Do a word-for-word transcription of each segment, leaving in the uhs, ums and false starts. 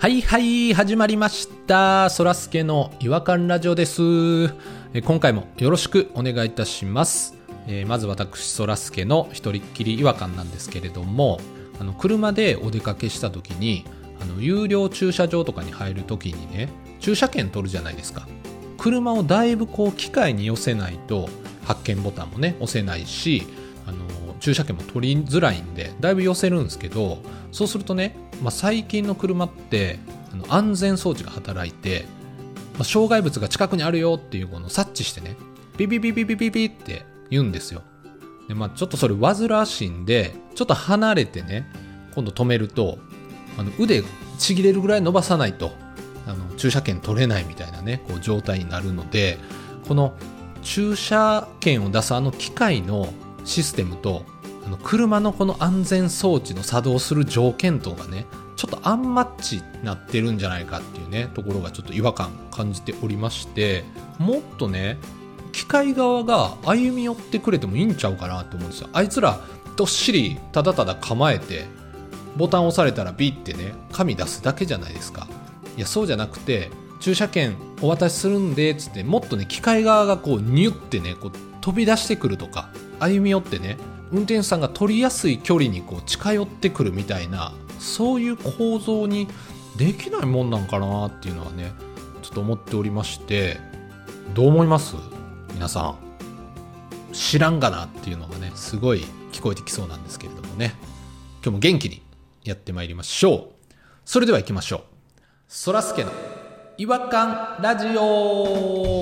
はいはい始まりましたそらすけの違和感ラジオです。え今回もよろしくお願いいたします。えー、まず私そらすけの一人っきり違和感なんですけれども、あの車でお出かけした時にあの有料駐車場とかに入る時にね、駐車券取るじゃないですか。車をだいぶこう機械に寄せないと発見ボタンもね押せないし、あの駐車券も取りづらいんでだいぶ寄せるんですけど、そうするとね、まあ、最近の車ってあの安全装置が働いて、まあ、障害物が近くにあるよっていうのを察知してね、ビビビビビビビって言うんですよ。で、まあ、ちょっとそれ煩わしいんでちょっと離れてね、今度止めるとあの腕ちぎれるぐらい伸ばさないとあの駐車券取れないみたいなねこう状態になるので、この駐車券を出すあの機械のシステムとあの車のこの安全装置の作動する条件とがねちょっとアンマッチになってるんじゃないかっていうねところがちょっと違和感感じておりまして、もっとね機械側が歩み寄ってくれてもいいんちゃうかなと思うんですよ。あいつらどっしりただただ構えてボタン押されたらビッてね紙出すだけじゃないですか。いやそうじゃなくて、駐車券お渡しするんでっつってもっとね機械側がこうニュってねこう飛び出してくるとか、歩み寄ってね運転手さんが取りやすい距離にこう近寄ってくるみたいな、そういう構造にできないもんなんかなっていうのはねちょっと思っておりまして、どう思います皆さん。知らんがなっていうのがねすごい聞こえてきそうなんですけれどもね、今日も元気にやってまいりましょう。それでは行きましょう。そらすけの違和感ラジオ。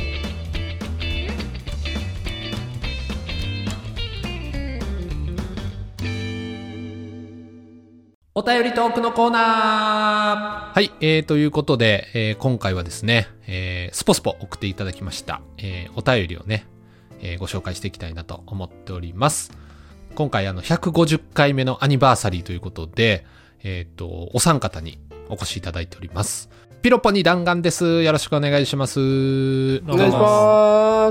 お便りトークのコーナー。はい、えー、ということで、えー、今回はですね、えー、スポスポ送っていただきました、えー、お便りをね、えー、ご紹介していきたいなと思っております。今回あのひゃくごじゅっかいめのアニバーサリーということで、えっとお三方にお越しいただいております。ピロポニ弾丸です。よろしくお願いします。 お願いします。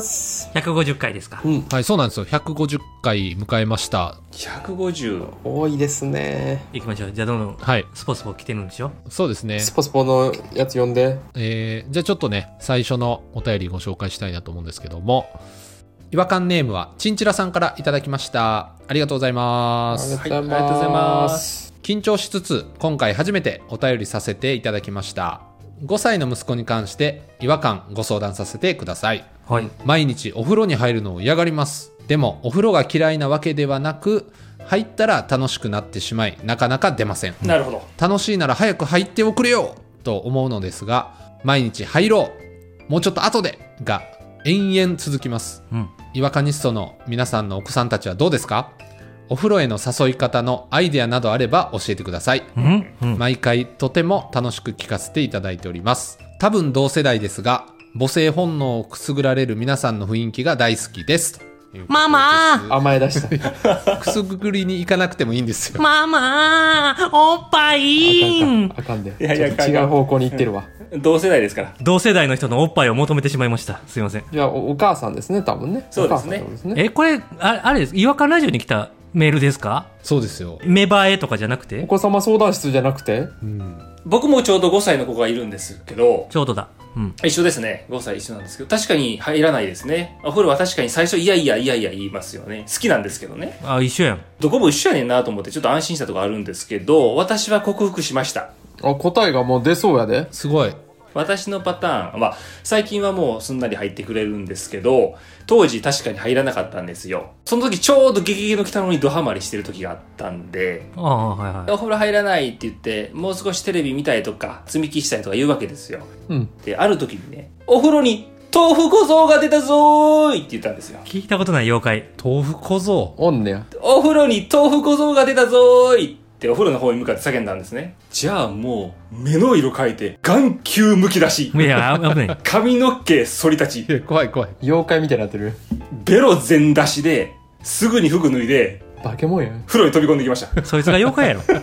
ひゃくごじゅっかいですか。 うん、 はい、そうなんですよ。ひゃくごじゅっかい迎えました。 ひゃくごじゅう多いですね。 行きましょう。じゃあどんどん、はい、スポスポ来てるんでしょ。 そうですね。 スポスポのやつ読んで。 えー、じゃあちょっとね最初のお便りご紹介したいなと思うんですけども、違和感ネームはチンチラさんからいただきました。ありがとうございます。 ありがとうございます。 緊張しつつ今回初めてお便りさせていただきました。ごさいの息子に関して違和感ご相談させてください。 はい。 毎日お風呂に入るのを嫌がります。でもお風呂が嫌いなわけではなく、入ったら楽しくなってしまいなかなか出ません。 なるほど。 楽しいなら早く入っておくれよと思うのですが、毎日入ろうもうちょっと後でが延々続きます。うん、違和感ニストの皆さんのお子さんたちはどうですか？お風呂への誘い方のアイデアなどあれば教えてください。うんうん、毎回とても楽しく聞かせていただいております。多分同世代ですが、母性本能をくすぐられる皆さんの雰囲気が大好きです。 ママ甘え出したくすぐりに行かなくてもいいんですよ。 ママおっぱいあかんかんあかんで。いやいや違う方向に行ってるわ。 同世代ですから。同世代の人のおっぱいを求めてしまいました。すいません。 じゃあ お, お母さんですね多分ね。 そうですね。ですね。えこれ あ, あれです。違和感ラジオに来たメールですか？ そうですよ。 芽生えとかじゃなくて、 お子様相談室じゃなくて、 うん、僕もちょうどごさいの子がいるんですけど、 ちょうどだ、 うん、一緒ですね。ごさい一緒なんですけど、確かに入らないですね。お風呂は確かに最初いやいやいやいや言いますよね。好きなんですけどね。 あ、一緒やん。 どこも一緒やねんなと思ってちょっと安心したところあるんですけど、私は克服しました。 あ、答えがもう出そうやで。 すごい。 私のパターン、まあ、最近はもうすんなり入ってくれるんですけど、当時確かに入らなかったんですよ。その時ちょうどゲゲゲの北野にドハマりしてる時があったんで、 ああ、はいはい。 お風呂入らないって言って、もう少しテレビ見たいとか、積み木したいとか言うわけですよ。うん。で、ある時にね、お風呂に豆腐小僧が出たぞーいって言ったんですよ。 聞いたことない妖怪。 豆腐小僧おんねや。 お風呂に豆腐小僧が出たぞーいってお風呂の方に向かって叫んだんですね。じゃあもう目の色変えて眼球むき出し、 いや危ない。 髪の毛反り立ち、 いや怖い怖い、 妖怪みたいになってる。 ベロ全出しですぐに服脱いで化け物や。 風呂に飛び込んできました。 そいつが妖怪やろ。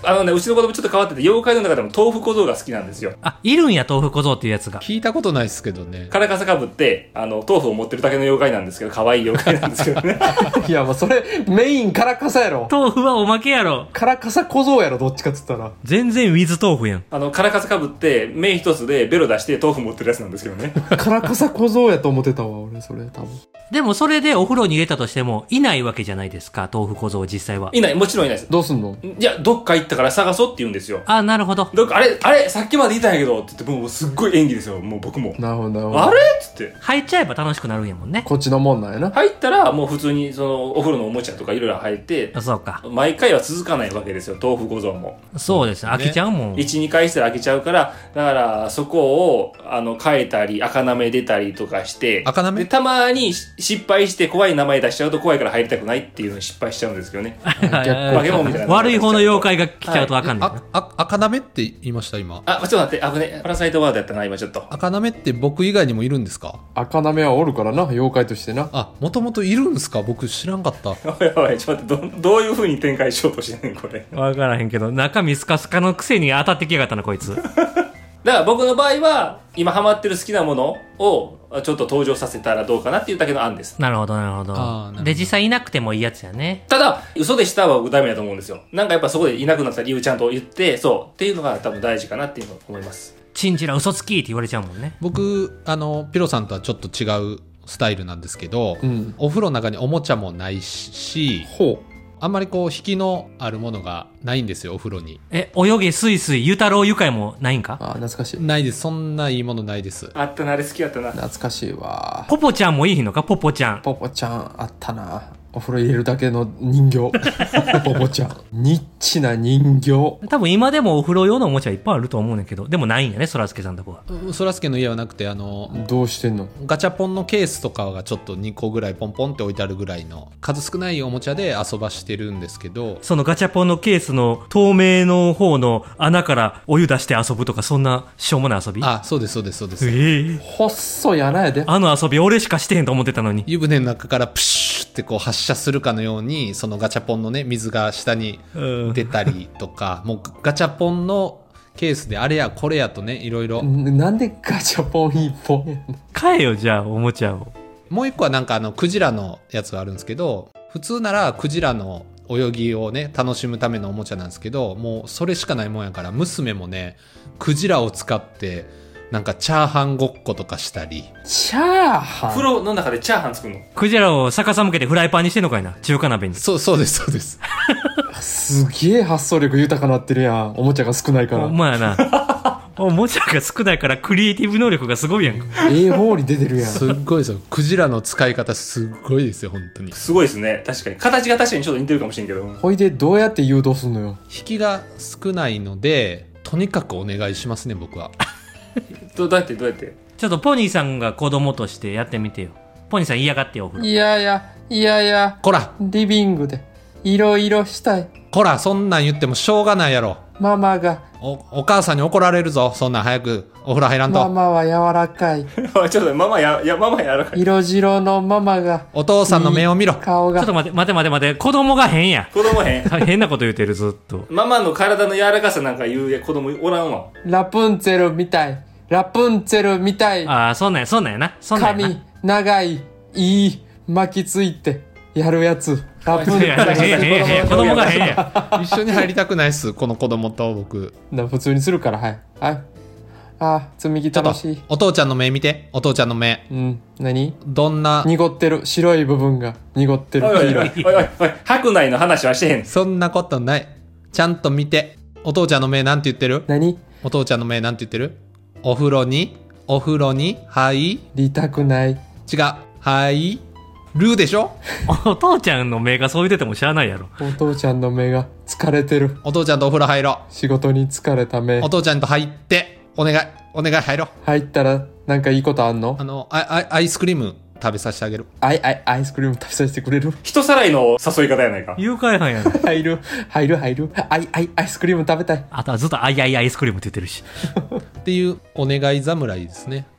あのね、うちの子供ちょっと変わってて、妖怪の中でも豆腐小僧が好きなんですよ。 あ、いるんや、豆腐小僧っていうやつが。 聞いたことないですけどね。 カラカサかぶって、あの、豆腐を持ってるだけの妖怪なんですけど、可愛い妖怪なんですけどね。 いや、もうそれ、メインカラカサやろ。 豆腐はおまけやろ。 カラカサ小僧やろ、どっちかっつったら。 全然ウィズ豆腐やん。 あの、カラカサかぶって、目一つでベロ出して豆腐持ってるやつなんですけどね。 カラカサ小僧やと思ってたわ、俺、それ、多分。 でもそれでお風呂に入れたとしても、いないわけじゃないですか、豆腐小僧実際は。 いない、もちろんいないです。 どうすんの？ いや、どっか行ったから探そうって言うんですよ。 あ、なるほど。 どっか、あれ、あれ、さっきまでいたんやけど、って言って、もうすっごい演技ですよ、もう僕も。 なるほど、なるほど。 あれっつって。 入っちゃえば楽しくなるんやもんね。 こっちのもんなんやな。 入ったら、もう普通に、その、お風呂のおもちゃとかいろいろ入って、 あ、そうか。 毎回は続かないわけですよ、豆腐小僧も。 そうです。飽きちゃうもん。 いち、にかいしたら飽きちゃうから、だから、そこを、あの、変えたり、赤なめ出たりとかして、 赤なめで、たまにし失敗して怖い名前出しちゃうと怖いから入りたくないっていうのに失敗しちゃうんですけどね。化け物みたいな。 悪い方の妖怪が来ちゃうとあかんねんな。 あ、あ、赤なめって言いました今。 あ、ちょっと待って、あぶね、パラサイトワードやったな、今ちょっと。 赤なめって僕以外にもいるんですか？ 赤なめはおるからな、妖怪としてな。 あ、もともといるんですか？僕知らんかった。 おいおい、ちょっと待って、ど、どういう風に展開しようとしてんねん、これ。 わからへんけど、中身スカスカのくせに当たってきやがったな、こいつ。 だから僕の場合は、今ハマってる好きなものを、ちょっと登場させたらどうかなっていうだけの案です。 なるほど、なるほど。 あーなるほどで、実際いなくてもいいやつやね。 ただ、嘘でしたは僕ダメだと思うんですよ。なんかやっぱそこでいなくなった理由ちゃんと言って、そう、っていうのが多分大事かなっていうのを思います。 チンチラ嘘つきって言われちゃうもんね。 僕、あの、ピロさんとはちょっと違うスタイルなんですけど、 うん。 お風呂の中におもちゃもないし、 ほあんまりこう、引きのあるものがないんですよ、お風呂に。 え、泳げスイスイ、ゆたろうゆかいもないんかう。あ、懐かしい。 ないです。そんないいものないです。 あったな、あれ好きやったな。 懐かしいわ。 ポポちゃんもいいのかポポちゃん。 ポポちゃんあったな。お風呂入れるだけの人形。ポポちゃん。ニッチな人形。 多分今でもお風呂用のおもちゃいっぱいあると思うねんけど、でもないんやね、そらすけさんとこは。 そらすけの家はなくて、あの、 どうしてんの？ ガチャポンのケースとかがちょっとにこぐらいポンポンって置いてあるぐらいの数少ないおもちゃで遊ばしてるんですけど、 そのガチャポンのケースの透明の方の穴からお湯出して遊ぶとか、そんなしょうもない遊び。 あ、そうですそうですそうです。 ええ細い穴やで。 あの遊び俺しかしてへんと思ってたのに。 湯船の中からプシュってこう発射するかのように、そのガチャポンのね、水が下にうん出たりとか、もうガチャポンのケースであれやこれやとね、いろいろ。 んなんでガチャポン一本やねん。 買えよ、じゃあ、おもちゃを。 もう一個はなんかあの、クジラのやつがあるんですけど、普通ならクジラの泳ぎをね、楽しむためのおもちゃなんですけど、もうそれしかないもんやから、娘もね、クジラを使って、なんかチャーハンごっことかしたり。 チャーハン。 風呂の中でチャーハン作るの。 クジラを逆さ向けてフライパンにしてんのかいな、中華鍋に。 そう、そうです、そうです。 すげえ発想力豊かなってるやん。おもちゃが少ないから。 ほんまやな。おもちゃが少ないからクリエイティブ能力がすごいやんか。 ええ方に出てるやん。 すっごいですよ。クジラの使い方すっごいですよ、本当に。 すごいですね。確かに。形が確かにちょっと似てるかもしれんけど。 ほいでどうやって誘導すんのよ。 引きが少ないので、とにかくお願いしますね、僕は。 どどうやってどうやってちょっとポニーさんが子供としてやってみてよ。ポニーさん嫌がってよ、お風呂。 いやいや、いやいや、 こらリビングでいろいろしたい。 こら、そんなん言ってもしょうがないやろ。 ママが、 お、お母さんに怒られるぞ。そんなん早くお風呂入らんと。 ママは柔らかい。 おいちょっとママや、いや、ママやらかい。 色白のママが、 お父さんの目を見ろ。 顔がちょっと、待って、待て待て待て、子供が変や。 子供変。 変なこと言うてる、ずっと。 ママの体の柔らかさなんか言う子供おらんわ。 ラプンツェルみたい。ラプンツェルみたい。 ああ、そんなんや、そんなんやな。そんなんやな。 髪、長い、いい、巻きついて、やるやつ。ラプンツいやいや、変や変や変や、子供が変や。 一緒に入りたくないっす。この子供と僕。 な普通にするから、はい。はい。あ、積み木ちょっと楽しい。、 お父ちゃんの目見て。お父ちゃんの目。 うん。何どんな、 濁ってる。白い部分が濁ってる。 おいおい黄色い。 おいおいおいおい、白内の話はしてへん。 そんなことない。ちゃんと見て。お父ちゃんの目なんて言ってる？ 何お父ちゃんの目なんて言ってる？お風呂に、お風呂に入りたくない。 違う。入るでしょ？ お父ちゃんの目がそう言っててもしゃあないやろ。 お父ちゃんの目が疲れてる。 お父ちゃんとお風呂入ろ仕事に疲れた目う。お。父ちゃんと入って、お願い、お願い入ろう。 入ったらなんかいいことあんの？ あの、アイアイアイスクリーム食べさせてあげる。 アイ、アイ、アイスクリーム食べさせてくれる？ 人さらいの誘い方やないか。 誘拐犯やな。 入る、入る、入る。アイ、アイ、アイスクリーム食べたい。 あとはずっとアイアイアイスクリームって言ってるし。 っていうお願い侍ですね。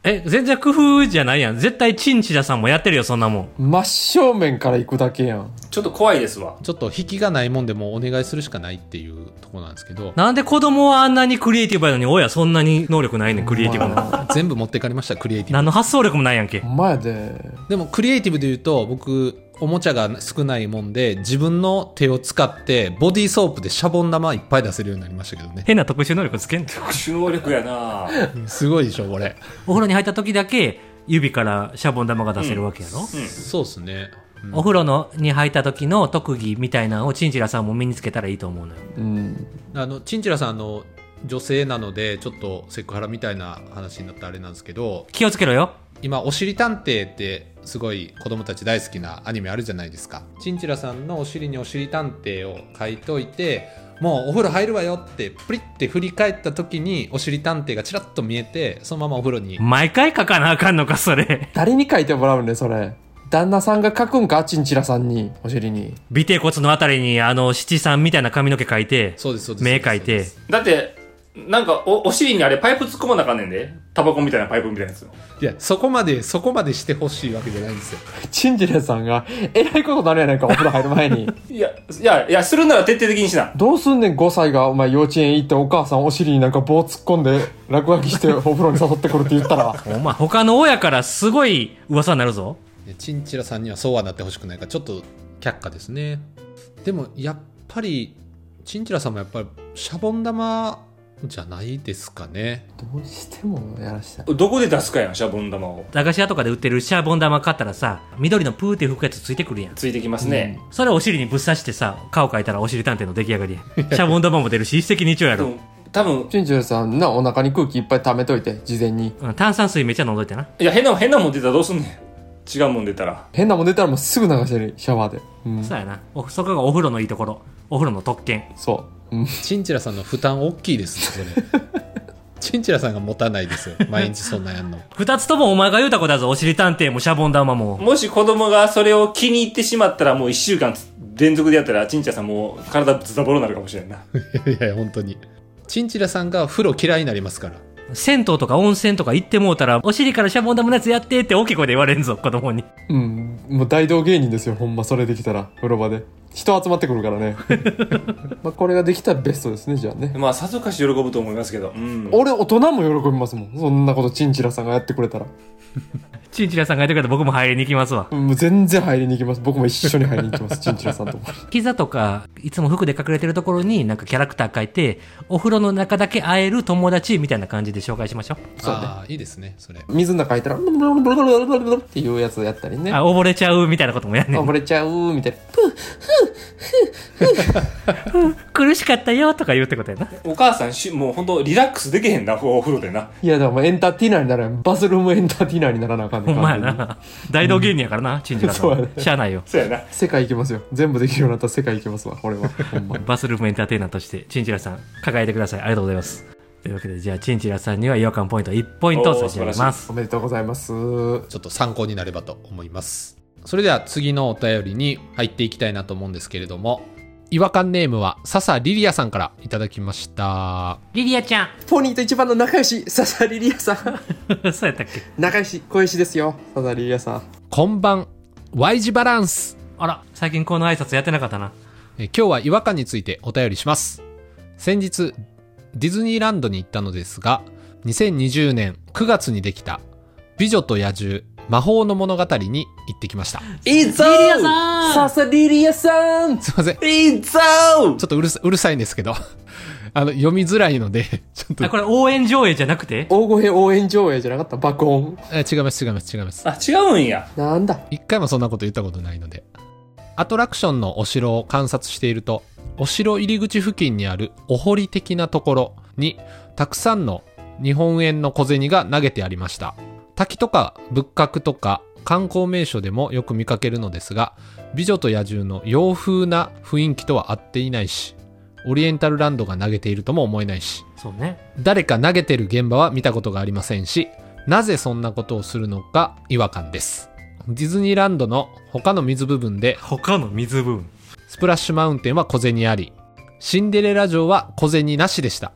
え、全然工夫じゃないやん。絶対チンチラさんもやってるよ、そんなもん。 真正面から行くだけやん。 ちょっと怖いですわ。 ちょっと引きがないもんでもうお願いするしかないっていうところなんですけど、 なんで子供はあんなにクリエイティブやのに、親そんなに能力ないねん、クリエイティブな。 全部持ってかれました、クリエイティブ。 何の発想力もないやんけほ。んまやで。 でもクリエイティブで言うと、僕おもちゃが少ないもんで自分の手を使ってボディーソープでシャボン玉いっぱい出せるようになりましたけどね。 変な特殊能力つけんと。 特殊能力やなすごいでしょこれ。 お風呂に入った時だけ指からシャボン玉が出せるわけやろ、 うん。 そうですね、うん、 お風呂のに入った時の特技みたいなのをチンチラさんも身につけたらいいと思うのよ。 うん。 あのチンチラさん、あの女性なのでちょっとセクハラみたいな話になったらあれなんですけど、 気をつけろよ。 今おしり探偵ってすごい子供たち大好きなアニメあるじゃないですか。チンチラさんのお尻におしり探偵を書いといて、もうお風呂入るわよってプリって振り返った時におしり探偵がチラッと見えて、そのままお風呂に。 毎回書かなあかんのか、それ。 誰に書いてもらうね、それ。旦那さんが書くんか、チンチラさんに、お尻に。 尾てい骨のあたりに、あの、七三みたいな髪の毛書いて、 そうですそうです、 目書いて。 だって、なんかお、お尻にあれパイプ突っ込まなあかんねんで。タバコみたいなパイプみたいなやつ。 いや、そこまでそこまでしてほしいわけじゃないんですよ。 チンチラさんが、えらいことなるやないか、お風呂入る前に。 いや、いや、いや、するなら徹底的にしな。 どうすんねん、ごさいが、お前幼稚園行ってお母さんお尻になんか棒突っ込んで、落書きしてお風呂に誘ってくるって言ったら。 お前、他の親からすごい噂になるぞ。 チンチラさんにはそうはなってほしくないから、ちょっと却下ですね。でもやっぱりチンチラさんもやっぱりシャボン玉じゃないですかね。 どうしてもやらしたい。 どこで出すかやん、シャボン玉を。 駄菓子屋とかで売ってるシャボン玉買ったらさ、緑のプーって吹くやつついてくるやん。 ついてきますね。 それをお尻にぶっ刺してさ、顔描いたらお尻探偵の出来上がりや。シャボン玉も出るし、一石二鳥やろ。 でも多分、 チンチラさんな、お腹に空気いっぱい溜めといて、事前に。 うん、炭酸水めっちゃ飲んどいてな。 いや、変な、変なもん出たらどうすんねん。違うもん出たら。 変なもん出たらもうすぐ流してる、シャワーで。うん。 そうやな。おそこがお風呂のいいところ。お風呂の特権。 そう。うん。 チンチラさんの負担大きいですね、それ。チンチラさんが持たないですよ、毎日そんなやんの。 二つともお前が言うたことだぞ。お尻探偵もシャボン玉も。 もし子供がそれを気に入ってしまったら、もう一週間連続でやったら、チンチラさんもう体ズタボロになるかもしれんな。 いやいや、本当に。チンチラさんが風呂嫌いになりますから。 銭湯とか温泉とか行ってもうたら、お尻からシャボン玉のやつやってって大きい声で言われんぞ、子供に。 うん。もう大道芸人ですよ、ほんま。それできたら、風呂場で。人集まってくるからね。まあこれができたらベストですね、じゃあね。 まあ、さぞかし喜ぶと思いますけど。うん。 俺、大人も喜びますもん。そんなことチンチラさんがやってくれたら。 チンチラさんがやってくれたら僕も入りに行きますわ。 うん、もう全然入りに行きます。僕も一緒に入りに行きます、チンチラさんとも。 膝とか、いつも服で隠れてるところになんかキャラクター書いて、お風呂の中だけ会える友達みたいな感じで紹介しましょう。 そうね。 ああ、いいですね、それ。 水の中入ったら、ブルブルブルブルブルブルブルっていうやつをやったりね。 あ、溺れちゃうみたいなこともやんねん。 溺れちゃうみたいな。 苦しかったよとか言うってことやな。 お母さんし、もう本当リラックスできへんな、お風呂でな。 いや、でもエンターテイナーにならん。バスルームエンターテイナーにならなあかんねん。 ほんまやな。大道芸人やからな、チンチラさんは。 そうやねしゃあないよ。 そうやな。 世界行けますよ。全部できるようになったら世界行けますわ、これは。ほんまに。 バスルームエンターテイナーとして、チンチラさん、抱えてください。ありがとうございます。というわけで、じゃあ、チンチラさんには違和感ポイントいちポイントを差し上げますお。めでとうございます。 ちょっと参考になればと思います。それでは次のお便りに入っていきたいなと思うんですけれども、違和感ネームは笹リリアさんからいただきました。 リリアちゃん。 ポニーと一番の仲良し、笹リリアさん。 そうやったっけ。 仲良し、小良しですよ、笹リリアさん。 こんばん、ワイジバランス。 あら、最近この挨拶やってなかったな。 え今日は違和感についてお便りします。先日ディズニーランドに行ったのですが、にせんにじゅうねんくがつにできた美女と野獣魔法の物語に行ってきました。 いいぞー、 リリアさん。 笹リリアさん。 すいません、 いいぞー。 ちょっとうるさうるさいんですけどあの読みづらいのでちょっとあ、これ応援上映じゃなくて。 大声応援上映じゃなかった、爆音。 え違います違います違います。 あ、違うんや。 なんだ。 一回もそんなこと言ったことないので。アトラクションのお城を観察していると、お城入り口付近にあるお堀的なところにたくさんの日本円の小銭が投げてありました。滝とか仏閣とか観光名所でもよく見かけるのですが、美女と野獣の洋風な雰囲気とは合っていないし、オリエンタルランドが投げているとも思えないし、 そうね。 誰か投げてる現場は見たことがありませんし、なぜそんなことをするのか違和感です。ディズニーランドの他の水部分で他の水分。 スプラッシュマウンテンは小銭あり、シンデレラ城は小銭なしでした。 ほう。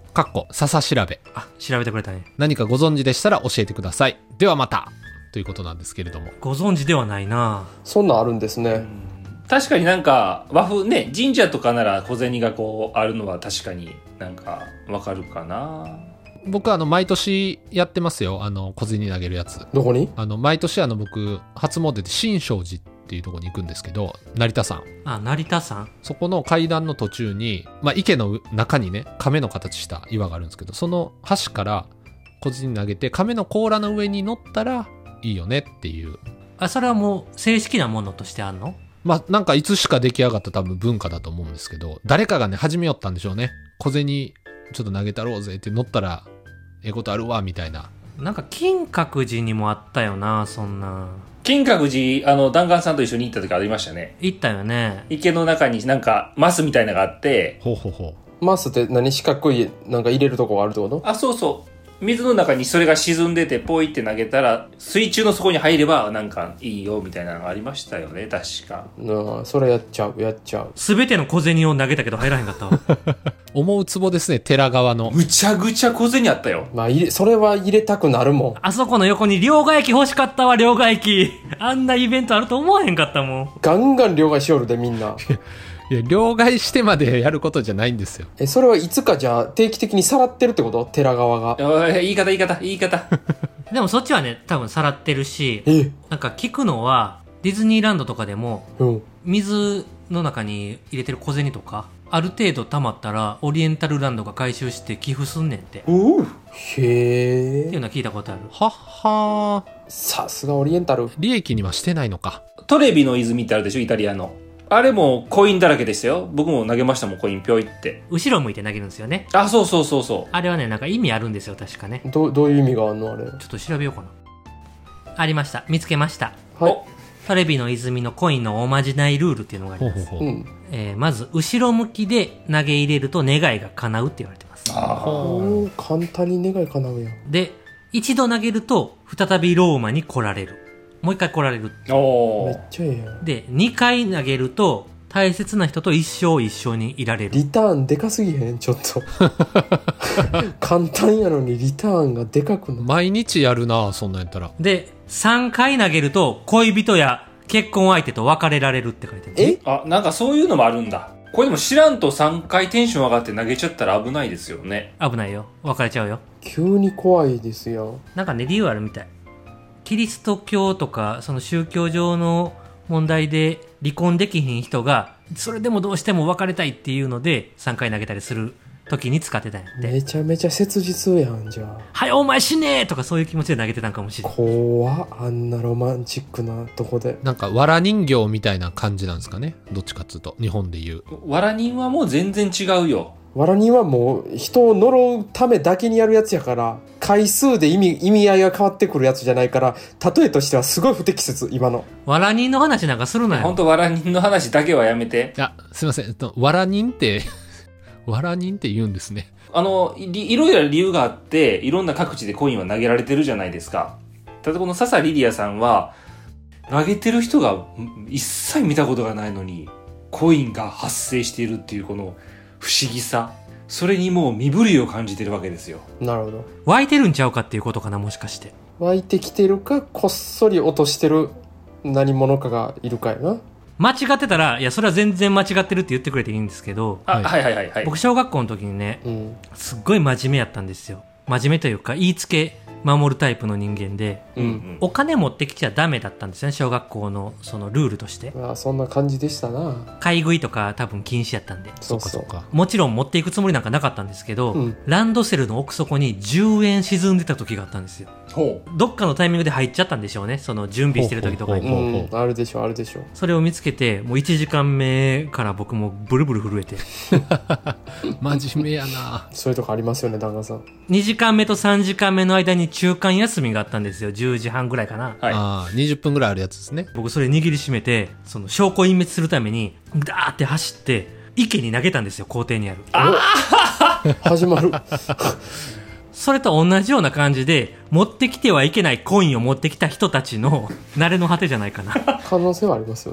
かっこ笹調べ。 あ、調べてくれたね。 何かご存知でしたら教えてください。ではまたということなんですけれども。 ご存知ではないな。 そんなんあるんですね。 確かになんか和風ね、神社とかなら小銭がこうあるのは確かになんかわかるかな。 僕はあの毎年やってますよ、あの小銭投げるやつ。 どこに？ あの毎年あの僕初詣で新勝寺っていうところに行くんですけど、成田山。 あ、成田山。 そこの階段の途中に、まあ、池の中にね亀の形した岩があるんですけど、その端から小銭投げて亀の甲羅の上に乗ったらいいよねっていう。 あ、それはもう正式なものとしてあんの？ まあなんかいつしか出来上がった多分文化だと思うんですけど、誰かがね始めよったんでしょうね。小銭ちょっと投げたろうぜって乗ったらええことあるわみたいな。 なんか金閣寺にもあったよな、そんな。 金閣寺、あの弾丸さんと一緒に行った時ありましたね。 行ったよね。 池の中になんかマスみたいなのがあって、 ほうほうほマスって何？四角いなんか入れるとこがあるってこと？ あ、そうそう。水の中にそれが沈んでてポイって投げたら水中の底に入ればなんかいいよみたいなのがありましたよね、確か。 なあ、それやっちゃうやっちゃう。 すべての小銭を投げたけど入らへんかったわ。 う。思うツボですね、寺側の。 ぐちゃぐちゃ小銭あったよ。 まあ入れそれは入れたくなるもん。 あそこの横に両替機欲しかったわ、両替機。あんなイベントあると思わへんかったもん。 ガンガン両替しよるでみんな。 いや両替してまでやることじゃないんですよ。 え、それはいつかじゃあ定期的にさらってるってこと？寺側が。 おい言い方言い方言い方。 でもそっちはね、多分さらってるし、 え、 なんか聞くのは、ディズニーランドとかでも、 うん。 水の中に入れてる小銭とか、ある程度溜まったら、オリエンタルランドが回収して寄付すんねんって。ってへおう。 え。 いうのは聞いたことある。 はっはー。 さすがオリエンタル。 利益にはしてないのか。 トレビの泉ってあるでしょ、イタリアの。あれもコインだらけでしたよ。僕も投げましたもん、コインぴょいって。 後ろ向いて投げるんですよね。 あ、そうそうそうそう。 あれはね、なんか意味あるんですよ、確かね。 どどういう意味があるのあれ？ ちょっと調べようかな。ありました。見つけました。 はい。 トレビの泉のコインのおまじないルールっていうのがあります。 ほうほうほう。 うん。 えーまず、後ろ向きで投げ入れると願いが叶うって言われてます。 あおー、簡単に願い叶うやん。 で、一度投げると、再びローマに来られる。もう一回来られる。 あ。おめっー。 ちゃええやん。 で、二回投げると、大切な人と一生一緒にいられる。 リターンでかすぎへんちょっと。簡単やのにリターンがでかくない？ 毎日やるな、そんなんやったら。 で、三回投げると、恋人や結婚相手と別れられるって書いてる。 え？ あ、なんかそういうのもあるんだ。これでも知らんとさんかいテンション上がって投げちゃったら危ないですよね。 危ないよ。別れちゃうよ。 急に怖いですやん。 なんかね、理由あるみたい。キリスト教とか、その宗教上の問題で離婚できひん人が、それでもどうしても別れたいっていうので、さんかい投げたりする時に使ってたんやって。 めちゃめちゃ切実やんじゃあ。 はい、お前死ねーとかそういう気持ちで投げてたんかもしれん。 怖っ、あんなロマンチックなとこで。 なんか、藁人形みたいな感じなんですかね。どっちかっつうと。日本で言う。 わら人はもう全然違うよ。 わら人はもう人を呪うためだけにやるやつやから、回数で意味、意味合いが変わってくるやつじゃないから、例えとしてはすごい不適切、今の。 わら人の話なんかするなよ。 ほんとわら人の話だけはやめて。 いや、すいません。えっと、藁人って、藁人って言うんですね。 あのい、いろいろ理由があって、いろんな各地でコインは投げられてるじゃないですか。ただこの笹リリアさんは、投げてる人が一切見たことがないのに、コインが発生しているっていうこの不思議さ。それにもう身震いを感じてるわけですよ。 なるほど。 湧いてるんちゃうかっていうことかな、もしかして。 湧いてきてるか、こっそり落としてる何者かがいるかやな。 間違ってたら、いや、それは全然間違ってるって言ってくれていいんですけど、 あ、 はいはいはいはいはい。 僕小学校の時にね、 うん。 すっごい真面目やったんですよ。真面目というか、言いつけ守るタイプの人間で、 う。 うんんお金持ってきちゃダメだったんですよね、小学校のそのルールとして。 まあ、そんな感じでしたな。 買い食いとか多分禁止やったんで。 そうそう。 か。 もちろん持っていくつもりなんかなかったんですけど、 うんランドセルの奥底にじゅうえん沈んでた時があったんですよ。 ほう。 どっかのタイミングで入っちゃったんでしょうね、その準備してる時とかに。 ほうほうほううん。あるでしょ、あるでしょ。 それを見つけて、もういちじかんめから僕もブルブル震えて。 真面目やな。 そういうとこありますよね、旦那さん。 にじかんめとさんじかんめの間に中間休みがあったんですよ。じゅうじはんぐらいかな。 はい。 ああ、にじゅっぷんぐらいあるやつですね。 僕それ握りしめて、その証拠隠滅するために、ダーって走って、池に投げたんですよ、校庭にある。 始まる。 それと同じような感じで、持ってきてはいけないコインを持ってきた人たちの慣れの果てじゃないかな。 可能性はありますよね。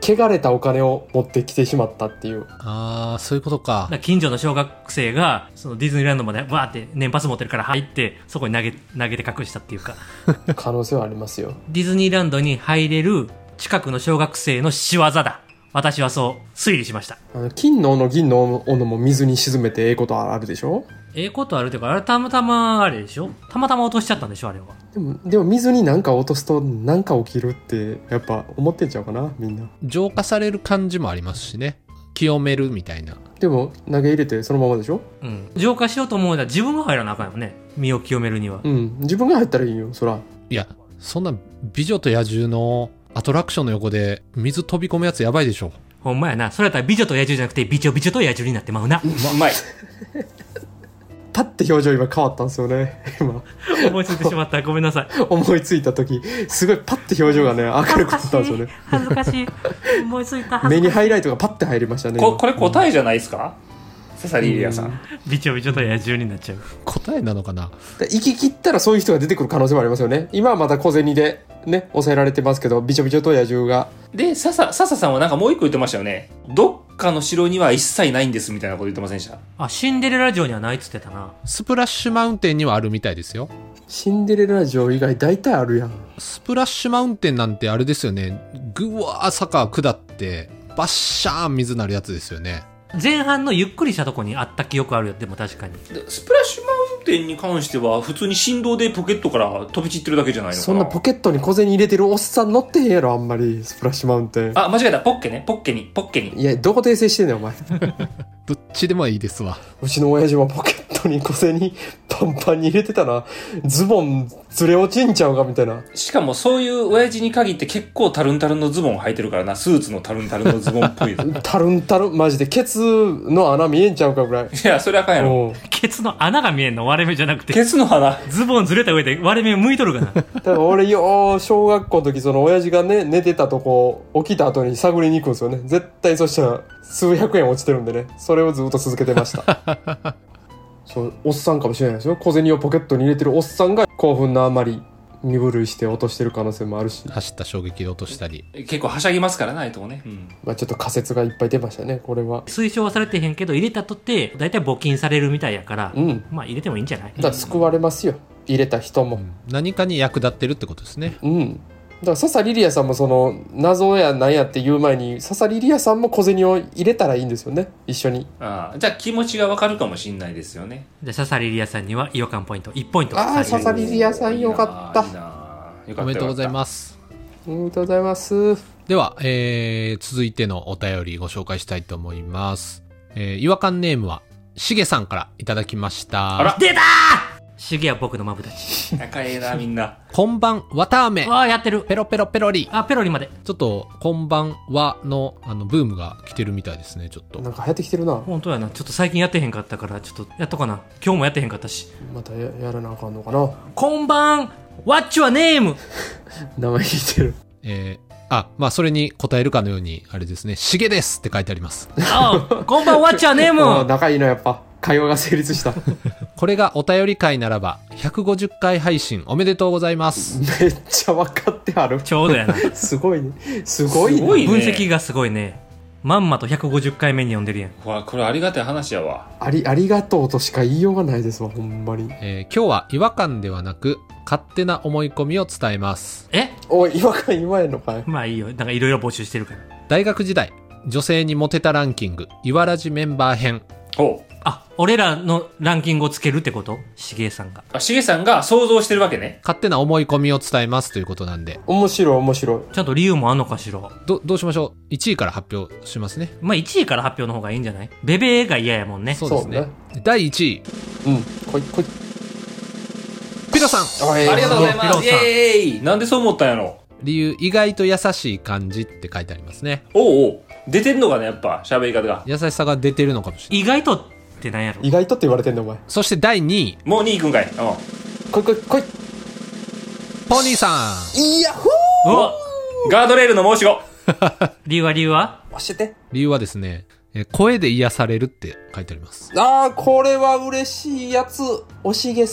汚れたお金を持ってきてしまったっていう。 ああ、そういうことか。 だから近所の小学生がそのディズニーランドまでバーって年パス持ってるから入ってそこに投げ投げて隠したっていうか可能性はありますよ。 ディズニーランドに入れる近くの小学生の仕業だ。私はそう推理しました。 あの金の斧銀の斧も水に沈めてええことあるでしょ。 ええことあるというか、あれたまたまあれでしょ、たまたま落としちゃったんでしょあれは。 でもでも水に何か落とすと何か起きるってやっぱ思ってんちゃうかなみんな。 浄化される感じもありますしね。清めるみたいな。 でも投げ入れてそのままでしょ。 うん浄化しようと思うなら自分が入らなあかんよね、身を清めるには。 うん自分が入ったらいいよそら。 いや、そんな美女と野獣のアトラクションの横で水飛び込むやつやばいでしょ。 ほんまやな。それやったら美女と野獣じゃなくて美女美女と野獣になってまうな。 うまい。 パッて表情今変わったんですよね今思いついてしまった。ごめんなさい。 思いついた時すごいパッて表情がね明るくなったんですよね。 恥ずかしい。思いついた。恥目にずかしい。 ハイライトがパッて入りましたね。 ここれ答えじゃないですか、ササリリアさん。 美女美女と野獣になっちゃう。 答えなのかな。 で生き切ったらそういう人が出てくる可能性もありますよね。今はまだ小銭でね抑えられてますけど、ビチョビチョと野獣が。 で、ササ、ササさんはなんかもう一個言ってましたよね。どっかの城には一切ないんですみたいなこと言ってませんでした？ あ、シンデレラ城にはないっつってたな。 スプラッシュマウンテンにはあるみたいですよ。 シンデレラ城以外大体あるやん。 スプラッシュマウンテンなんてあれですよね。ぐわー坂下ってバッシャーン水なるやつですよね。 前半のゆっくりしたとこにあった記憶あるよ。でも確かにでスプラッシュマウンテンに関しては普通に振動でポケットから飛び散ってるだけじゃないのかな。 そんなポケットに小銭入れてるおっさん乗ってへんやろあんまり。スプラッシュマウンテン。 あ、間違えた。ポッケね。ポッケに。ポッケに。 いやどこ訂正してんねんお前どっちでもいいですわ。 うちの親父もポケットに小銭パンパンに入れてたな。ズボンずれ落ちんちゃうかみたいな。 しかもそういう親父に限って結構タルンタルンのズボン履いてるからな。スーツのタルンタルンのズボンっぽい。いタルンタルンマジでケツの穴見えんちゃうかぐらい。 や、それあかんやろ。 おうケツの穴が見えんの、割れ目じゃなくて。 ケツの花。 ズボンずれた上で割れ目向いとるかな。 だから俺よー小学校の時その親父がね寝てたとこ起きた後に探りに行くんですよね。絶対そしたら数百円落ちてるんでね、それをずっと続けてましたそうおっさんかもしれないですよ。小銭をポケットに入れてるおっさんが興奮のあまり身震いして落としてる可能性もあるし、 走った衝撃で落としたり。 結構はしゃぎますからな、ああいうとこね。うん。 まあ、ちょっと仮説がいっぱい出ましたねこれは。 推奨はされてへんけど、入れたとって大体募金されるみたいやから、 うんまあ入れてもいいんじゃない？ だから救われますよ入れた人も。 何かに役立ってるってことですね。 うんだから笹リリアさんもその謎やなんやって言う前に笹リリアさんも小銭を入れたらいいんですよね一緒に。 ああ、じゃあ気持ちがわかるかもしんないですよね。 じゃあササリリアさんには違和感ポイントいちポイントああ差し上げます。 笹リリアさんよかった。 いいなあよかった。 おめでとうございす。 ます。 おめでとうございます。 では、えー、続いてのお便りご紹介したいと思います。えー、違和感ネームはしげさんからいただきました。 あら出たー！シゲは僕のマブダチ。 仲ええな、みんな。 こんばんわたあめ。 わあやってる。 ペロペロペロリ。 あ、ペロリまで。 ちょっと、こんばんはの、あの、ブームが来てるみたいですね、ちょっと。 なんか流行ってきてるな。 本当やな。ちょっと最近やってへんかったから、ちょっとやっとかな。今日もやってへんかったし。 また や, やらなあかんのかな。 こんばん What's your name? 名前聞いてる。 えー、あ、まあ、それに答えるかのように、あれですね、しげですって書いてあります。 ああ、こんばん What's your あ name? 仲いいなやっぱ。会話が成立した。 これがお便り会ならば、ひゃくごじゅっかい配信おめでとうございます。 めっちゃ分かってはる。 ちょうどやな。 すごいね。すごいね。 すごいね分析がすごいね。まんまとひゃくごじゅっかいめに読んでるやん。 ほら、これありがたい話やわ。 あり、ありがとうとしか言いようがないですわ、ほんまに。 えー今日は違和感ではなく、勝手な思い込みを伝えます。 えおい、違和感言わへんのかい。 まあいいよ。なんかいろいろ募集してるから。 大学時代、女性にモテたランキング、いわらじメンバー編。 ほう。 あ、俺らのランキングをつけるってこと？しげさんが。 あ、しげさんが想像してるわけね。 勝手な思い込みを伝えますということなんで、 面白い、面白い。 ちゃんと理由もあんのかしら。 ど、どうしましょう。いちいから発表しますね。 まあいちいから発表の方がいいんじゃない？ベベが嫌やもんね。 そうですね。 そうだいいちい、 うん。こい、こい。 ピロさん。 あありがとうございピロさんます。イエーイ。なんでそう思ったんやろ。 理由、意外と優しい感じって書いてありますね。 おうおう。出てんのかね、やっぱ、喋り方が。 優しさが出てるのかもしれない。 意外とってなんやろ？ 意外とって言われてんねん、お前。 そしてだいにい、 もうに行くんかい。うん。 こい、こい、こい。 ポニーさん。 いやほうわガードレールの申し子。 理由は理由はー教えて。 理由はですね、え声で癒されるって書いてあります。 あー、これは嬉しいやつ。おしげさん。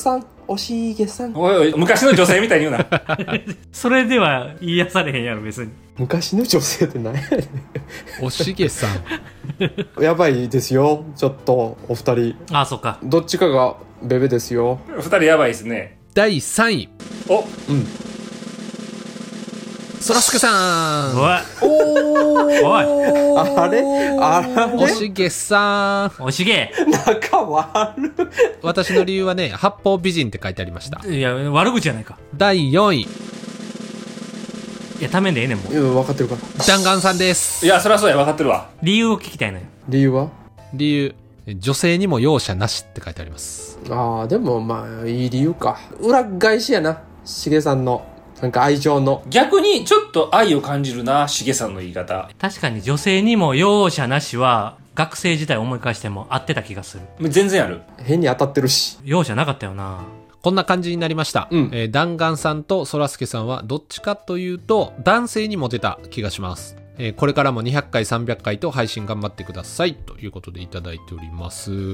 おしげさん。 おいおい、昔の女性みたいに言うな。 それでは言いやされへんやろ別に。 昔の女性って何やねおしげさん。 ん。やばいですよ、ちょっとお二人。 ああ、そっか。 どっちかがベベですよ。 二人やばいですね。 だいさんい、 お、 うん。 そらすけさん。 おいおーおいあれあれおしげさん。 おしげ。 仲悪私の理由はね、八方美人って書いてありました。 いや、悪口じゃないか。 だいよんい、 いや、ためんでええねんもう。 うん、分かってるから。 弾丸さんです。 いや、そりゃそうや、分かってるわ。 理由を聞きたいのよ。 理由は？ 理由、女性にも容赦なしって書いてあります。 ああ、でもまあいい理由か。裏返しやな、しげさんのなんか愛情の。 逆にちょっと愛を感じるな、しげさんの言い方。 確かに女性にも容赦なしは、学生時代思い返しても合ってた気がする。 全然ある。 変に当たってるし。 容赦なかったよな。 こんな感じになりました。 うんえー弾丸さんとそらすけさんはどっちかというと男性にモテた気がします。えーこれからもにひゃっかいさんびゃっかいと配信頑張ってくださいということでいただいております。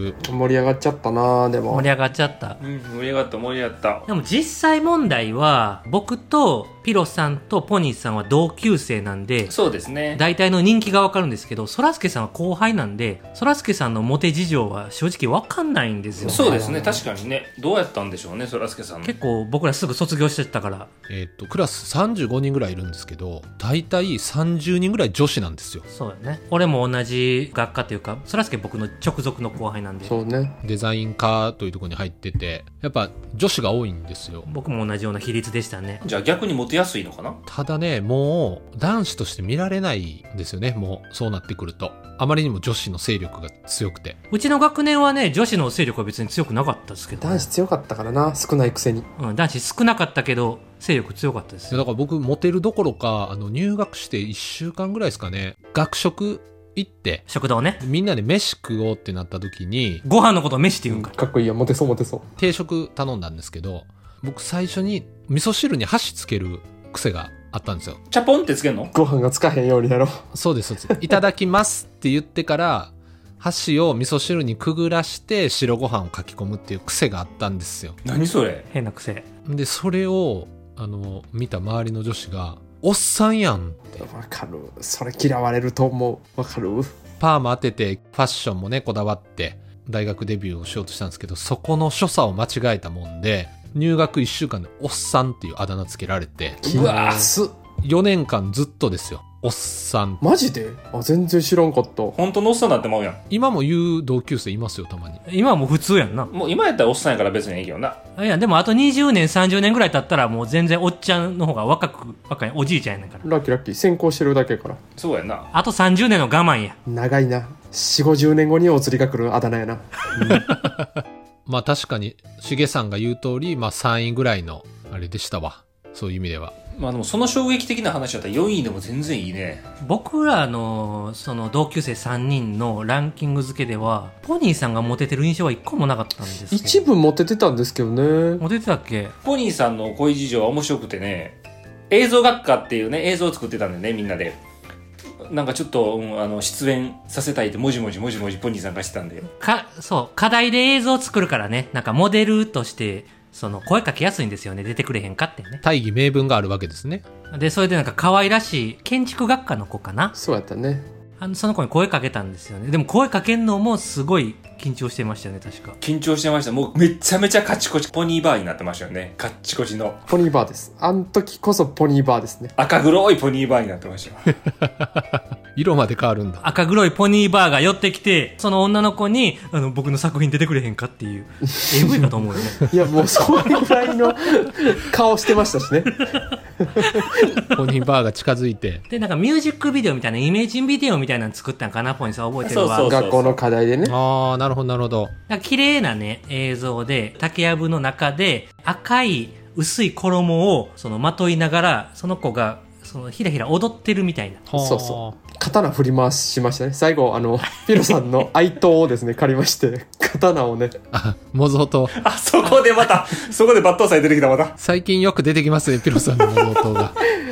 盛り上がっちゃったな。でも盛り上がっちゃった。 うん、盛り上がった盛り上がった。 でも実際問題は、僕とピロさんとポニーさんは同級生なんで、 そうですね。 大体の人気がわかるんですけど、そらすけさんは後輩なんで、そらすけさんのモテ事情は正直わかんないんですよね。 そうですね、確かにね。どうやったんでしょうね、そらすけさんの。 結構僕らすぐ卒業してたから。 えーっとクラスさんじゅうごにんぐらいいるんですけど、大体さんじゅうにんぐらい女子なんですよ。 そうよね。俺も同じ学科というか、そらすけ僕の直属の後輩なんで、 そうね。 デザイン科というところに入ってて、やっぱ女子が多いんですよ。 僕も同じような比率でしたね。 じゃあ逆にモテやすいのかな。 ただね、もう男子として見られないんですよね。もうそうなってくると、あまりにも女子の勢力が強くて。 うちの学年はね、女子の勢力は別に強くなかったですけど、ね、 男子強かったからな、少ないくせに。 うん、男子少なかったけど勢力強かったですよ。 だから僕モテるどころか、あの入学していっしゅうかんぐらいですかね、学食行って食堂ね。 みんなで飯食おうってなった時にご飯のことを飯って言うんか。 かっこいいや、モテそうモテそう。 定食頼んだんですけど、僕最初に味噌汁に箸つける癖があったんですよ。 チャポンってつけんの。 ご飯がつかへんようにやろう。 そうですそうです。いただきますって言ってから箸を味噌汁にくぐらして白ご飯をかき込むっていう癖があったんですよ。 何それ。 変な癖。 でそれをあの見た周りの女子がおっさんやんって、 わかる。それ嫌われると思う。わかる。 パーマ当ててファッションもねこだわって大学デビューをしようとしたんですけど、そこの所作を間違えたもんで入学いっしゅうかんでおっさんっていうあだ名つけられて、 うわす。 よねんかんずっとですよ、おっさん。 マジで？あ、全然知らんかった。 本当のおっさんになってまうやん。 今も言う同級生いますよ、たまに。 今はもう普通やんな。 もう今やったらおっさんやから別にいいけどな。 いや、でもあとにじゅうねん、さんじゅうねんぐらい経ったらもう全然おっちゃんの方が若く、若いおじいちゃんやねんから。 ラッキーラッキー。先行してるだけやから。 そうやな。 あとさんじゅうねんの我慢や。 長いな。よんじゅうごじゅうねんごにお釣りが来るあだ名やな。 まあ確かにしげさんが言う通り、まあさんいぐらいのあれでしたわ、そういう意味では。 まあでもその衝撃的な話だったらよんいでも全然いいね。 僕らのその同級生さんにんのランキング付けではポニーさんがモテてる印象はいっこもなかったんですけど。 一部モテてたんですけどね。 モテてたっけ。 ポニーさんの恋事情は面白くてね、映像学科っていうね映像を作ってたんでね、みんなでなんかちょっと、うん、あの出演させたいってもじもじもじもじポニーさんがしてたんで、 かそう課題で映像を作るからね、なんかモデルとしてその声かけやすいんですよね、出てくれへんかってね。 大義名分があるわけですね。 でそれでなんか可愛らしい建築学科の子かな、 そうやったね。 あのその子に声かけたんですよね。でも声かけんのもすごい緊張してましたよね、確か。 緊張してました。もうめちゃめちゃカチコチポニーバーになってましたよね。カッチコチのポニーバーです。あん時こそポニーバーですね。 赤黒いポニーバーになってましたよ。 色まで変わるんだ。 赤黒いポニーバーが寄ってきて、その女の子にあの僕の作品出てくれへんかっていう エーブイ かと思うよね。 いや、もうそれぐらいの顔してましたしね。 ポニーバーが近づいてでなんかミュージックビデオみたいなイメージビデオみたいなの作ったんかな、ポニーさん覚えてるわ。 そうそう学校の課題でね。 ああなるほどなるほど。 なんか綺麗なね映像で竹やぶの中で赤い薄い衣をそのまといながらその子がそのひらひら踊ってるみたいな。 そうそう刀振り回しましたね。最後あのピロさんの愛刀をですね借りまして、刀をね、 あ模造刀。 あそこでまたそこで抜刀斎出てきた。また最近よく出てきますね、ピロさんの模造刀が。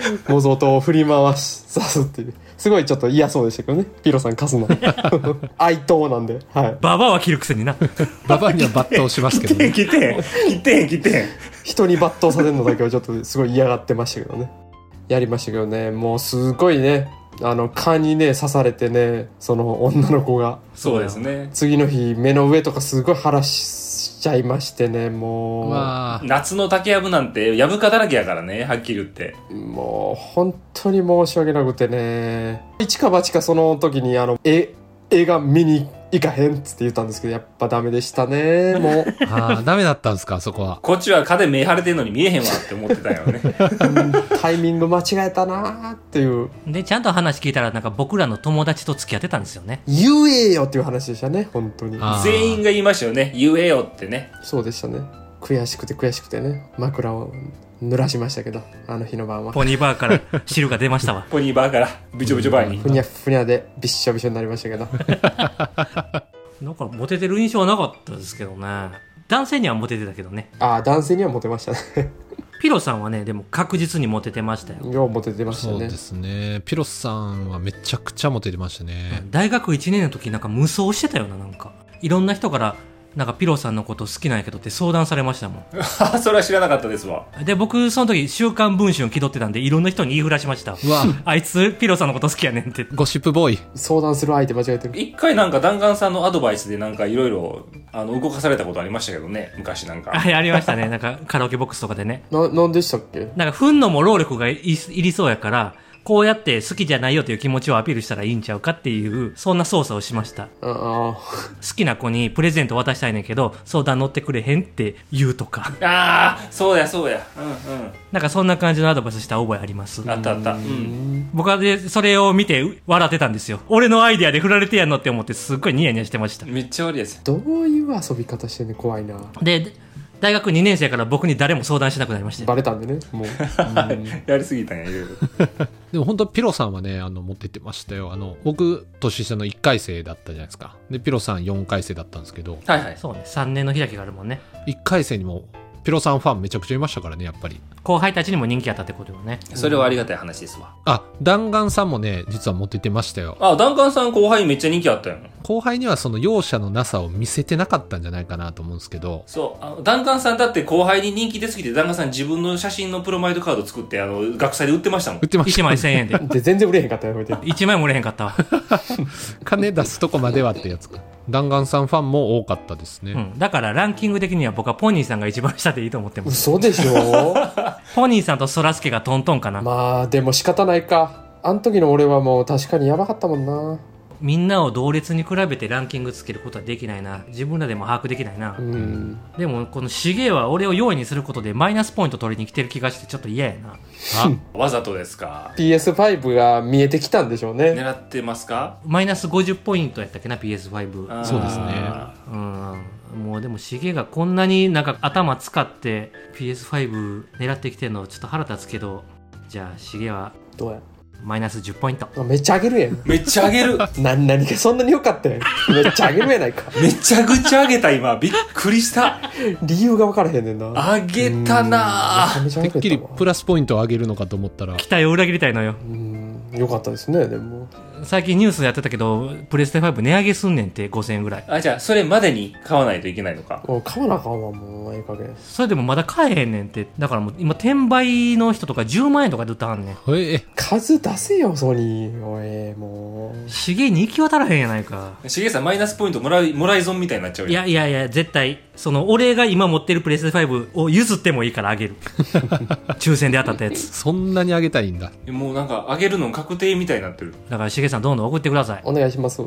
模造刀を振り回しさすっていう。すごいちょっと嫌そうでしたけどね。ピロさん貸すの。愛刀なんで。はい。 ババアは切るくせにな。 ババアには抜刀しますけどね。 切ってへん、切ってへん、切ってへん。 人に抜刀させるのだけはちょっとすごい嫌がってましたけどね。やりましたけどね。もうすごいね。あの、蚊にね、刺されてね、その女の子が。 そうですね。 次の日、目の上とかすごい腫らしちゃいましてね、もう。 わあ。 夏の竹やぶなんて、やぶかだらけやからね、はっきり言って。 もう、本当に申し訳なくてね。一か八かその時に、あの、え、映画見に行かへんっつって言ったんですけど、やっぱダメでしたね、もう。 ああ、ダメだったんですか、そこは。 こっちは蚊で目腫れてんのに見えへんわって思ってたよね。 タイミング間違えたなーっていう。 で、ちゃんと話聞いたら、なんか僕らの友達と付き合ってたんですよね。 言えよっていう話でしたね、本当に。 あー全員が言いましたよね。言えよってね。 そうでしたね。悔しくて悔しくてね、枕を濡らしましたけど、あの日の晩は。 ポニーバーから汁が出ましたわ。 ポニーバーから、ブチョブチョバーに。 ふにゃふにゃでびっしょびしょになりましたけど。 なんかモテてる印象はなかったですけどね。男性にはモテてたけどね。 ああ、男性にはモテましたね。 ピロさんはね、でも確実にモテてましたよ。 ようモテてましたね。 そうですね。ピロスさんはめちゃくちゃモテてましたね。 大学いちねんの時なんか無双してたよな、なんか。いろんな人から、なんかピロさんのこと好きなんやけどって相談されましたもん。 それは知らなかったですわ。 で、僕、その時、週刊文春気取ってたんで、いろんな人に言いふらしました。 うわ、 あいつ、ピロさんのこと好きやねんって。 ゴシップボーイ。 相談する相手間違えてる。 一回なんか弾丸さんのアドバイスでなんかいろいろ、あの、動かされたことありましたけどね。昔なんか。 あれありましたね。なんか、カラオケボックスとかでね。 な、なんでしたっけ？ なんか、踏んのも労力がいいりそうやから、こうやって好きじゃないよという気持ちをアピールしたらいいんちゃうかっていう、そんな操作をしました。 ああ。 好きな子にプレゼント渡したいねんけど、相談乗ってくれへんって言うとか。 ああ、そうやそうや。うんなんかそんな感じのアドバイスした覚えありますうん。。あったあった。うん。 僕はで、それを見て笑ってたんですよ。俺のアイデアで振られてやんのって思ってすっごいニヤニヤしてました。 めっちゃ悪いやつ。 どういう遊び方してんねん、怖いな。 で、大学にねん生から僕に誰も相談しなくなりましたよ。 バレたんでね、もう。うんやりすぎたんや、いろいろ。 でも本当ピロさんはね、あの、モテてましたよ。あの、僕、年下のいっかい生だったじゃないですか。で、ピロさんよんかい生だったんですけど、 はいはい。 そうね、さんねんの開きがあるもんね。 いっかい生にも、ピロさんファンめちゃくちゃいましたからね、やっぱり。 後輩たちにも人気あったってことよね。 それはありがたい話ですわ。 あ、弾丸さんもね、実はモテてましたよ。 あ、弾丸さん後輩めっちゃ人気あったよ。 後輩にはその容赦のなさを見せてなかったんじゃないかなと思うんですけど、 そう。あの弾丸さんだって後輩に人気出すぎて、弾丸さん自分の写真のプロマイドカード作って、あの、学祭で売ってましたもん売っ。てましいちまいせんえんで。 で、全然売れへんかったよ、やめて。 いちまいも売れへんかったわ。 た。金出すとこまではってやつか。弾丸さんファンも多かったですね。 うん。だからランキング的には僕はポニーさんが一番下でいいと思ってます。 嘘でしょ？ ポニーさんとソラスケがトントンかな。 まあ、でも仕方ないか。あん時の俺はもう確かにやばかったもんな。 みんなを同列に比べてランキングつけることはできないな。自分らでも把握できないな。 うん。 でも、このシゲは俺を容易にすることでマイナスポイント取りに来てる気がしてちょっと嫌やな。 あ、 わざとですか？ ピーエスファイブ が見えてきたんでしょうね。 狙ってますか？ マイナスごじゅうポイントやったっけな、ピーエスファイブ。 あーそうですね。 うん。もうでもシゲがこんなになんか頭使って ピーエスファイブ 狙ってきてんのちょっと腹立つけど、じゃあシゲはどうや？ マイナスじゅうポイント。 あめっちゃ上げるやん。 めっちゃ上げる。 な、何がそんなに良かったやん。めっちゃ上げるやないか。 めちゃくちゃ上げた今。びっくりした。 理由が分からへんねんな。 上げたなうんめちゃめちゃてっきり上げたわ。 プラスポイントを上げるのかと思ったら、 期待を裏切りたいのよ。 うん、良かったですね、でも。 最近ニュースやってたけど、プレステファイブ値上げすんねんってごせんえんぐらい。 あ、じゃあ、それまでに買わないといけないのか。 もう買わなあかんわ、もう、ええ加減。 それでもまだ買えへんねんって。だからもう今転売の人とかじゅうまんえんとかで売ったはんねん。 ええ、 数出せよ、ソニー。おい、もう。 シゲに行き渡らへんやないか。 しげさんマイナスポイントもらい、もらい損みたいになっちゃうよ。 いやいやいや、絶対、その、俺が今持ってるプレステファイブを譲ってもいいからあげる。抽選で当たったやつ。 そんなに上げたいんだ。 もうなんか、上げるの確定みたいになってる。 だから、しげさんどんどん送ってください。 お願いします。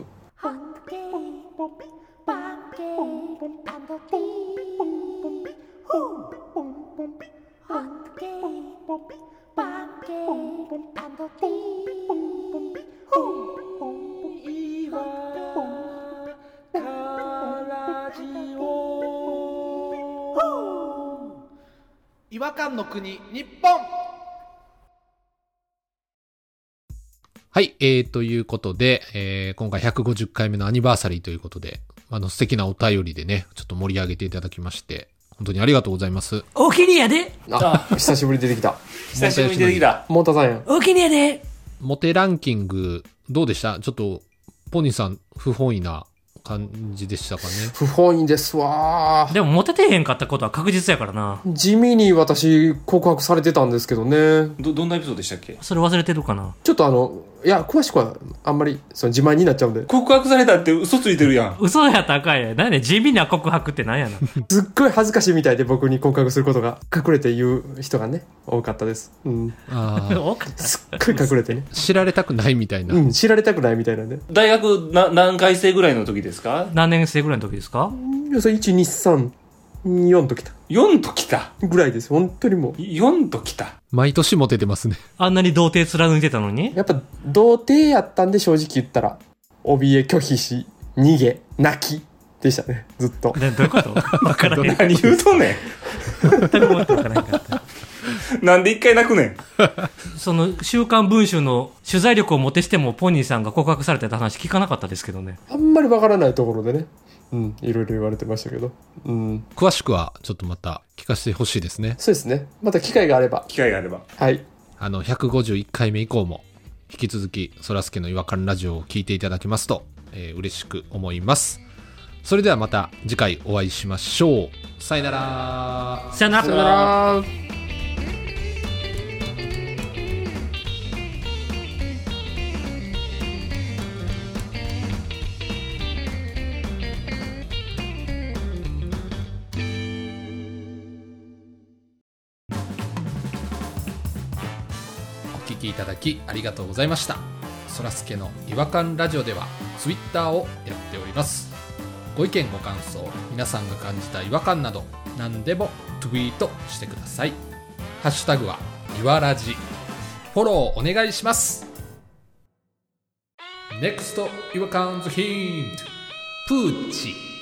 違和感の国、日本。はい、えー、ということで、えー、今回ひゃくごじゅっかいめのアニバーサリーということで、あの素敵なお便りでね、ちょっと盛り上げていただきまして、 本当にありがとうございます。 お気にやであ、久しぶりに出てきた。 久しぶりに出てきた。 モンタさんやん。 お気にやでモテランキングどうでした？ちょっとポニーさん不本意な感じでしたかね。 不本意ですわ。 でもモテてへんかったことは確実やからな。 地味に私告白されてたんですけどね。 ど、どんなエピソードでしたっけ？ それ忘れてるかな。 ちょっとあの、いや、詳しくはあんまりその自慢になっちゃうんで。 告白されたって嘘ついてるやん。 嘘やったらあかんやん。何やねん地味な告白って何やな。 すっごい恥ずかしいみたいで僕に告白することが隠れて言う人がね、多かったです。うん。 あー多かったすっごい隠れてね。 知られたくないみたいな。 うん、知られたくないみたいなんで。 大学な何回生ぐらいの時ですか？ 何年生ぐらいの時ですか？ いや、それいち、に、さん、よんときた。 よんときた。 ぐらいです。本当にもう。 よんときた。 毎年モテてますね。 あんなに童貞貫いてたのに。 やっぱ、童貞やったんで正直言ったら、怯え、拒否し、逃げ、泣きでしたね。ずっと。 などういうこと分からへん。 何言うとんね全く思って分からへんかった。 ん。なんで一回泣くねん。 その週刊文春の取材力をもてしてもポニーさんが告白されてた話聞かなかったですけどね。 あんまりわからないところでね。うん、いろいろ言われてましたけど。うん。 詳しくはちょっとまた聞かせてほしいですね。 そうですね。また機会があれば。 機会があれば。 はい。 あのひゃくごじゅういっかいめ以降も引き続きそらすけの違和感ラジオを聞いていただけますと、えー、嬉しく思います。それではまた次回お会いしましょう。さよなら。 さよなら。 さよなら。 お聞きいただきありがとうございました。そらすけの違和感ラジオではツイッターをやっております。ご意見ご感想、皆さんが感じた違和感など何でもツイートしてください。ハッシュタグはいわらじ。フォローお願いします。 ネクスト 違和感ズヒントプーチ